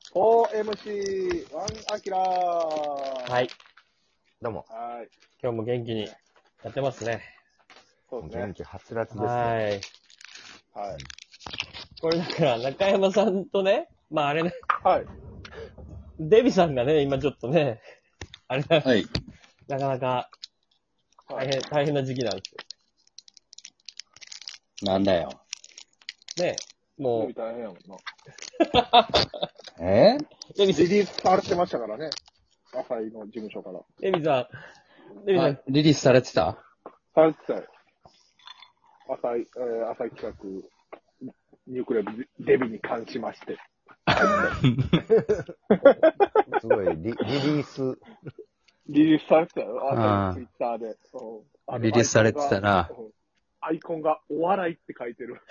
4MC1 アキラー。 はい。 どうも。 はい。 今日も元気にやってますね。 そうですね。 元気はつらつですね。 はい。 はい。 これだから中山さんとね、まああれね、 はい。 デビさんがね、今ちょっとね、あれだ、 はい。 なかなかはい。 大変な時期なんですなんだよ。 よ。ね、もみたいやもんな。 えう、デビさん、 リリースされてましたからね。浅井の事務所から。 デビさん、 あ、リリースされてたされてたよ。浅井企画、ニュークレームデビに関しまして。 すごいリリース。 リリースされてたよ。 ああ浅井ツイッターで。 リリースされてたな。 アイコンがお笑いって書いてる。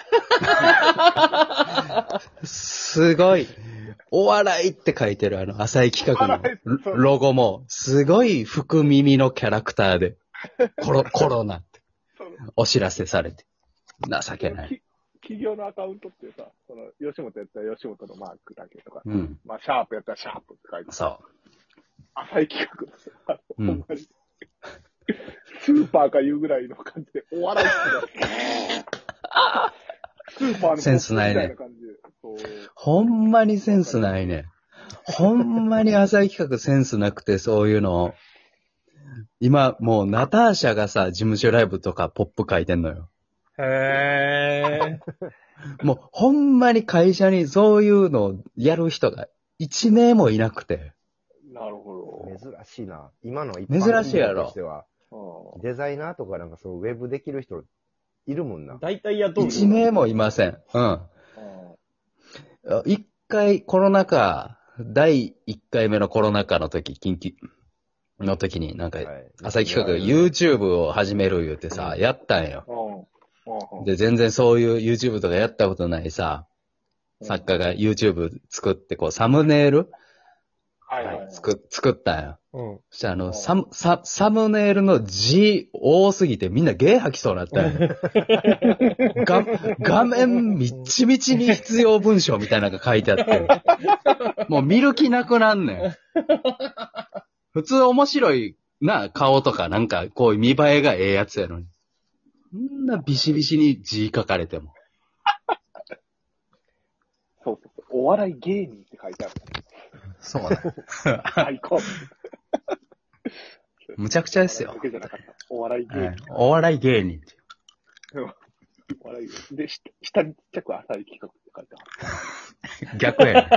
すごい。お笑いって書いてる浅い企画のロゴも、すごい福耳のキャラクターで、コロナってお知らせされて。情けない。 企業のアカウントってさ、その、吉本やったら吉本のマークだけとか、 うん。 まあ、シャープやったらシャープって書いてる。 そ浅い企画ですよ。 うんほんまにスーパーか言うぐらいの感じで、お笑いってスーパーのセンスないねポップみたいな感じで。そうう。ほんまにセンスないね。ほんまに浅い企画センスなくて、そういうの。今、もうナターシャがさ、事務所ライブとかポップ書いてんのよ。 へー。 もう、ほんまに会社にそういうのをやる人が一名もいなくて。 なるほ珍しいな。今の一珍般しいやろとしては、 ど。 デザイナーとかなんかそう、ウェブできる人いるもんな。 大体雇うよ。 一名もいません。うん。一回コロナ禍、第一回目のコロナ禍の時、緊急の時になんか、浅井企画が YouTube を始める言うてさ、やったんよ。で、全然そういう YouTube とかやったことないさ、作家が YouTube 作ってこうサムネイルはいはい。 作ったんよ。 うん。 そしたらサムネイルの字多すぎてみんなゲー吐きそうになったんよ。画面みっちみちに必要文章みたいなのが書いてあって。もう見る気なくなんねん。普通面白いな、顔とかなんかこういう見栄えがええやつやのに。そんなビシビシに字書かれても。 そう。お笑い芸人って書いてある。 そうね。 アイコン。 むちゃくちゃですよだ。けじゃなかった。お笑い芸人。 お笑い芸人って。 お笑い芸人。で、下にちっちゃく浅い企画って書いてある。 逆やね。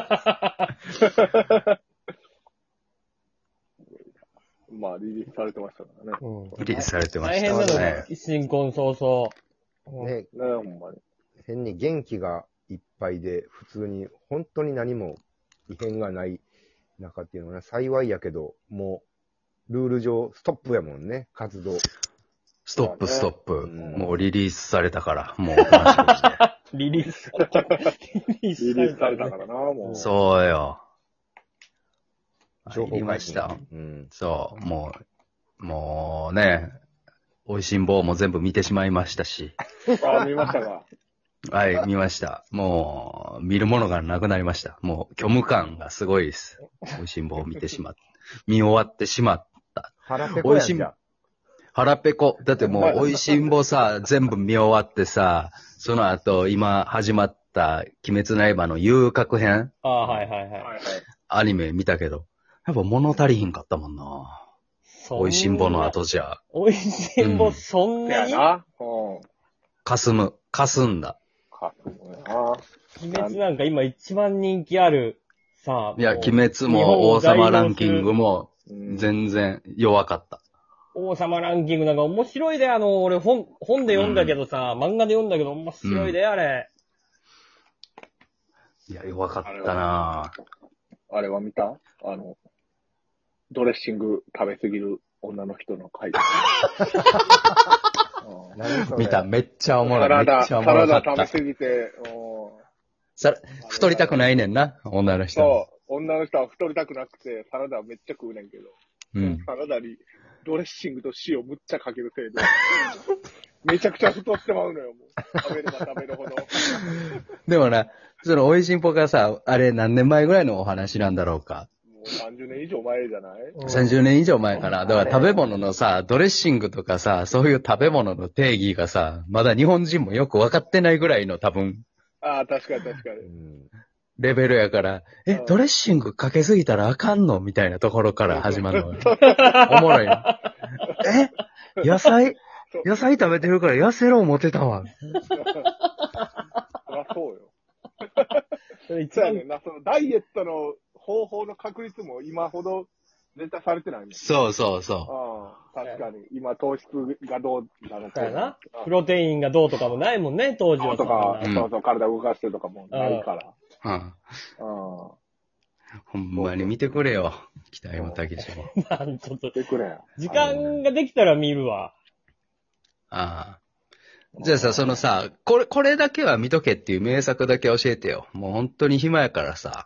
まあ、リリースされてましたからね。 うん。 リリースされてま大変なしたね。 の、新婚早々。 ね、 ねほんまに。 変に元気がいっぱいで、普通に、本当に何も異変がない中っていうのはね、幸いやけど、もう、ルール上、ストップやもんね、活動。 ストップ、ストップ。 うんもうリリースされたから、もうおとなしくして。 リリースされた。リリーリスされたリースされたからな、もう。 そうよ。 情報入りました。 うん。 そう、もうね、美味しん坊も全部見てしまいましたし。 あ、見ましたか。 はい、見ました。もう、見るものがなくなりました。もう、虚無感がすごいです。美味しん坊を見てしまって。見終わってしまった。 腹ペコやんじゃ。 腹ペコ。だってもう、美味しん坊さ、全部見終わってさ、その後、今始まった、鬼滅の刃の遊郭編、 ああ、はいはいはい。 はいはい。 アニメ見たけど、やっぱ物足りひんかったもんな。美味しん坊の後じゃ、 美味しん坊、そんせなにやな。うん。 霞んだ。 かすもやな。 鬼滅なんか今一番人気ある、さあ。 いや、 もう鬼滅も王様ランキングもうん全然弱かった。 王様ランキングなんか面白いで、俺本で読んだけどさ、漫画で読んだけど面白いで、あれ。 いや、弱かったなあれは見たドレッシング食べすぎる女の人の回。 何それ見た、めっちゃおもろい。めっちゃおもサラろかった。 ダ食べすぎて、 太りたくないねんな、女の人。 そう、女の人は太りたくなくて、サラダめっちゃ食うねんけど、 うん。 サラダにドレッシングと塩むっちゃかけるせいで、めちゃくちゃ太ってまうのよ、もう。食べれば食べるほど。 でもな、 その、美味しんぽがさ、あれ何年前ぐらいのお話なんだろうか。 もう30年以上前じゃない？ うん 30年以上前かな。だから食べ物のさ、ドレッシングとかさ、そういう食べ物の定義がさ、まだ日本人もよく分かってないぐらいの多分、 ああ、確かに確かに。 レベルやから、 うんドレッシングかけすぎたらあかんのみたいなところから始まるのよ。おもろいの。野菜食べてるから痩せろ思ってたわ。 そりゃそうよ。 それ一番そうやねんな、そのダイエットの方法の確率も今ほどネタされてないもん。 そうそうそああ、確かに。今糖質がどうなのそうやな。ププロテインがどうとかもないもんね、当時は。 とか、 うんそうそう、体動かしてとかもないから。 う。うん。 うん。 ほんまに見てくれよ。期待もたけしも。 まあちょっと、 でくれや。 時間ができたら見るわ。 ああ。じゃあさ、そのさ、これだけは見とけっていう名作だけ教えてよ。もう本当に暇やからさ。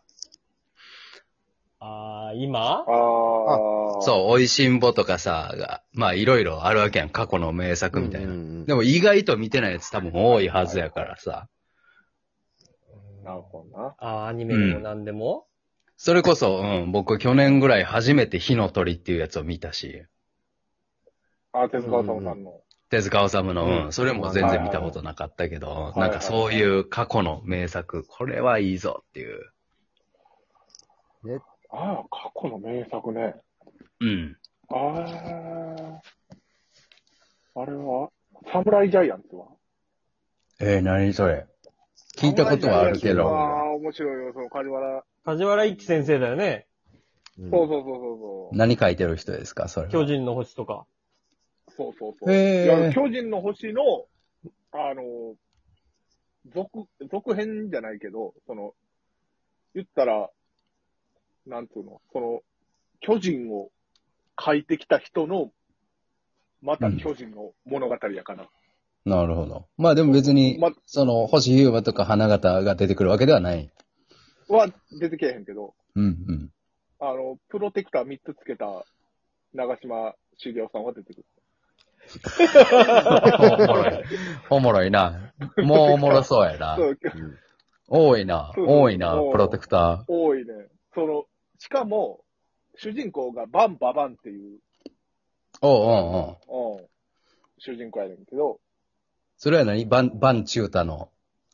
今ああ。 そう、美味しんぼとかさ、まあいろいろあるわけやん。過去の名作みたいな。 うんうんうんでも意外と見てないやつ多分多いはずやからさ。 なるほどな。 アニメでも何でも、 それこそ、僕去年ぐらい初めて火の鳥っていうやつを見たし。 あ、手塚治虫さんの。 手塚治虫の、 うんそれも全然見たことなかったけど、 いなんかそういう過去の名作、これはいいぞっていう。 ああ、過去の名作ね。 うん。 ああ。あれは、サムライジャイアンツは何それ。聞いたことはあるけあど。 あ、面白いよ、その梶原。 梶原一騎先生だよね。 うんそうそうそうそう。 何書いてる人ですか、それは。 巨人の星とか。 そうそうそう。 へーいや巨人の星の、続編じゃないけど、言ったら、なんていうの、巨人を書いてきた人の、また巨人の物語やから。 なるほど。まあでも別に、 まその、星優馬とか花形が出てくるわけではない。 は出てけえへんけど、 うんプロテクター3つつけた長島茂雄さんは出てくる。 おもろい。おもろいな。もうおもろそうやなそ。う、 多いな。 そうそう多いな、プロテクタ多いね。しかも、主人公がバンババンっていう、 ー。おう主人公やねんけど、 それは何バンチュータの。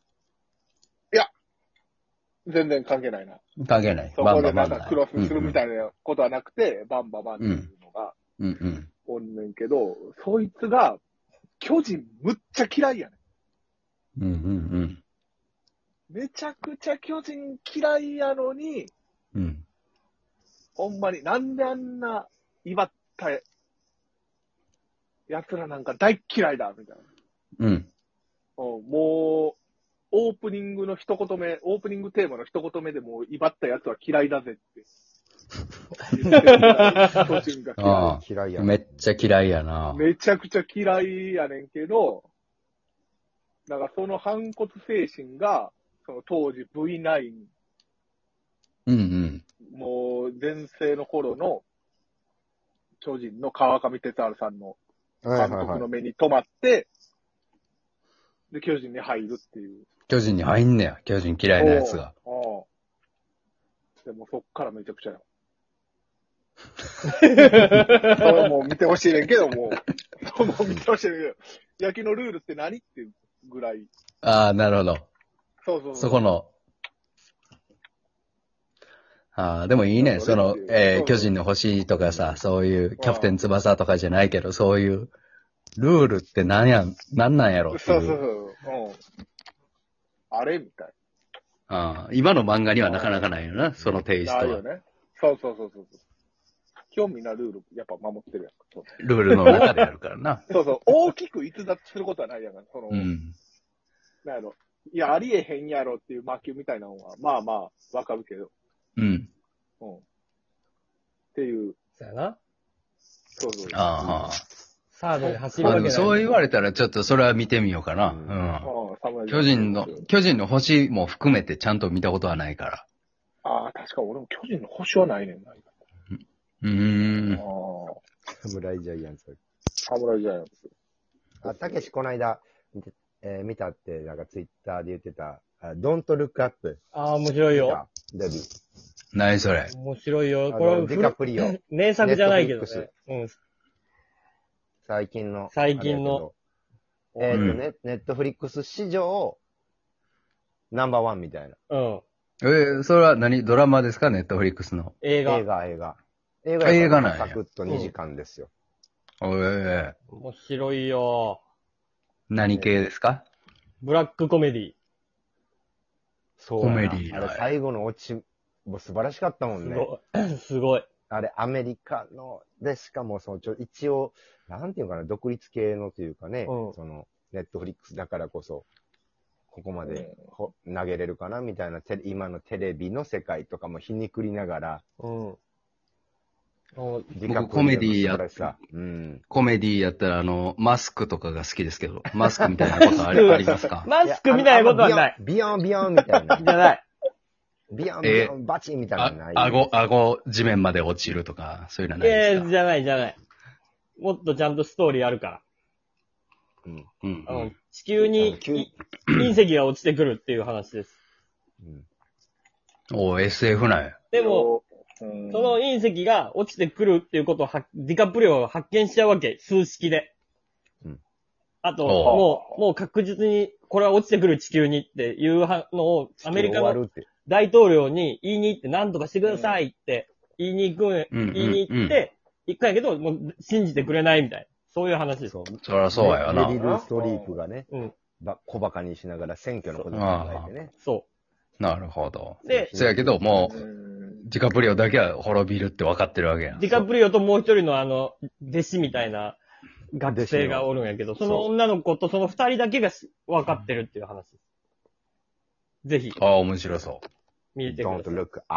全然関係ないな。 関係ない。 そバンババンこでなんかクロスするみたいいなことはなくて、バンババンっていうのがうんおんねんけど、そいつが、巨人むっちゃ嫌いやねうん。うんん。めちゃくちゃ巨人嫌いやのに、 うん。 ほんまになんであんな威張った奴らなんか大嫌いだ、みたいな。 うん。 もう、オープニングテーマの一言目でもう威張った奴は嫌いだぜって。言ってるぐらい巨人があ嫌い。 あ。 嫌いやな。 めっちゃ嫌いやな。 めちゃくちゃ嫌いやねんけど、なんかその反骨精神が、その当時 V9、 うんもう全盛の頃の巨人の川上哲治さんの監はいはいはい。 督の目に留まって、で、巨人に入るっていう。 巨人に入んねや。巨人嫌いなやつが。 おうでもそっからめちゃくちゃよ。それもう見てほしいねんけど、もう見てほしいねんけど、野球のルールって何っていうぐらい。 ああ、なるほど。 そうそうそこの。ああ、でもいいね。その、巨人の星とかさ、そういうキャプテン翼とかじゃないけど、そういう、ルールってなんなんやろっていう。 そうそうそう。うん。あれみたい。 ああ今の漫画にはなかなかないよな、そのテイストは。 ないよね。そうそうそうそう。基本みんなルールやっぱ守ってるやん。そうルールの中でやるからな。 そうそう。大きく逸脱することはないやんか。 うん。 なんやろ。いや、ありえへんやろっていう魔球みたいなのは、まあまあ、わかるけど。 うん。 うん。っていう。 そうやな。 そうそう。 ああ。 サードで走るまあでわけない。 もそう言われたらちょっとそれは見てみようかな。 うんうん。 侍ジャパン巨人の星も含めてちゃんと見たことはないから。 ああ、確か俺も巨人の星はないねんな。 うーん。 ああ。 侍ジャイアンツ。 侍ジャイアンツ。 たけしこないだ見たって、なんかツイッターで言ってた、 Don't Look Up。 ああ、面白いよ。 デビュー。 何それ。 面白いよ。これディカプリオ。 名作じゃないけど Netflix ね。うん。 最近の。 最近のネットフリックス史上、ナンバーワンみたいな。 うん。 それはドラマですか？ネットフリックスの。 映画。 映画映やから画なんやサクッと2時間ですよ。 面白いよ。 何系ですか？ ブラックコメディ。 そうやな。 コメディーあれ最後のオチ、もう素晴らしかったもんね。 すごい。すごい。 あれ、アメリカの、で、しかも、一応、なんていうかな、独立系のというかね、 うんネットフリックスだからこそ、ここまで投げれるかな、みたいな、今のテレビの世界とかも皮肉りながら、 うん。 僕コメディコメディやったらマスクとかが好きですけど、マスクみたいなことありますか？ マスクみたいなことはない。 ビヨンみたいな。 じゃない。 ビヨン、バチンみたいなのない。 顎地面まで落ちるとか、そういうのはないですか？ じゃない。もっとちゃんとストーリーあるから。地球に隕石が落ちてくるっていう話です。 SF なんや。 でも、その隕石が落ちてくるっていうことをディカプリオが発見しちゃうわけ。数式で。あと、もう確実に、これは落ちてくる地球にっていうのを、アメリカの大統領に言いに行って、何とかしてくださいって言いに行って、行くんやけど、もう信じてくれないみたいな。そういう話です。 そりゃそうやな。 メリル・ストリープがね、小馬鹿にしながら選挙のことを考えてね。 そう。 なるほど。 で、 そうやけど、もう、ディカプリオだけは滅びるって分かってるわけや。 ディカプリオともう一人の弟子みたいな学生がおるんやけど、その女の子とその二人だけが分かってるっていう話です。ぜひ。 面白そう。 見てください。 Don't look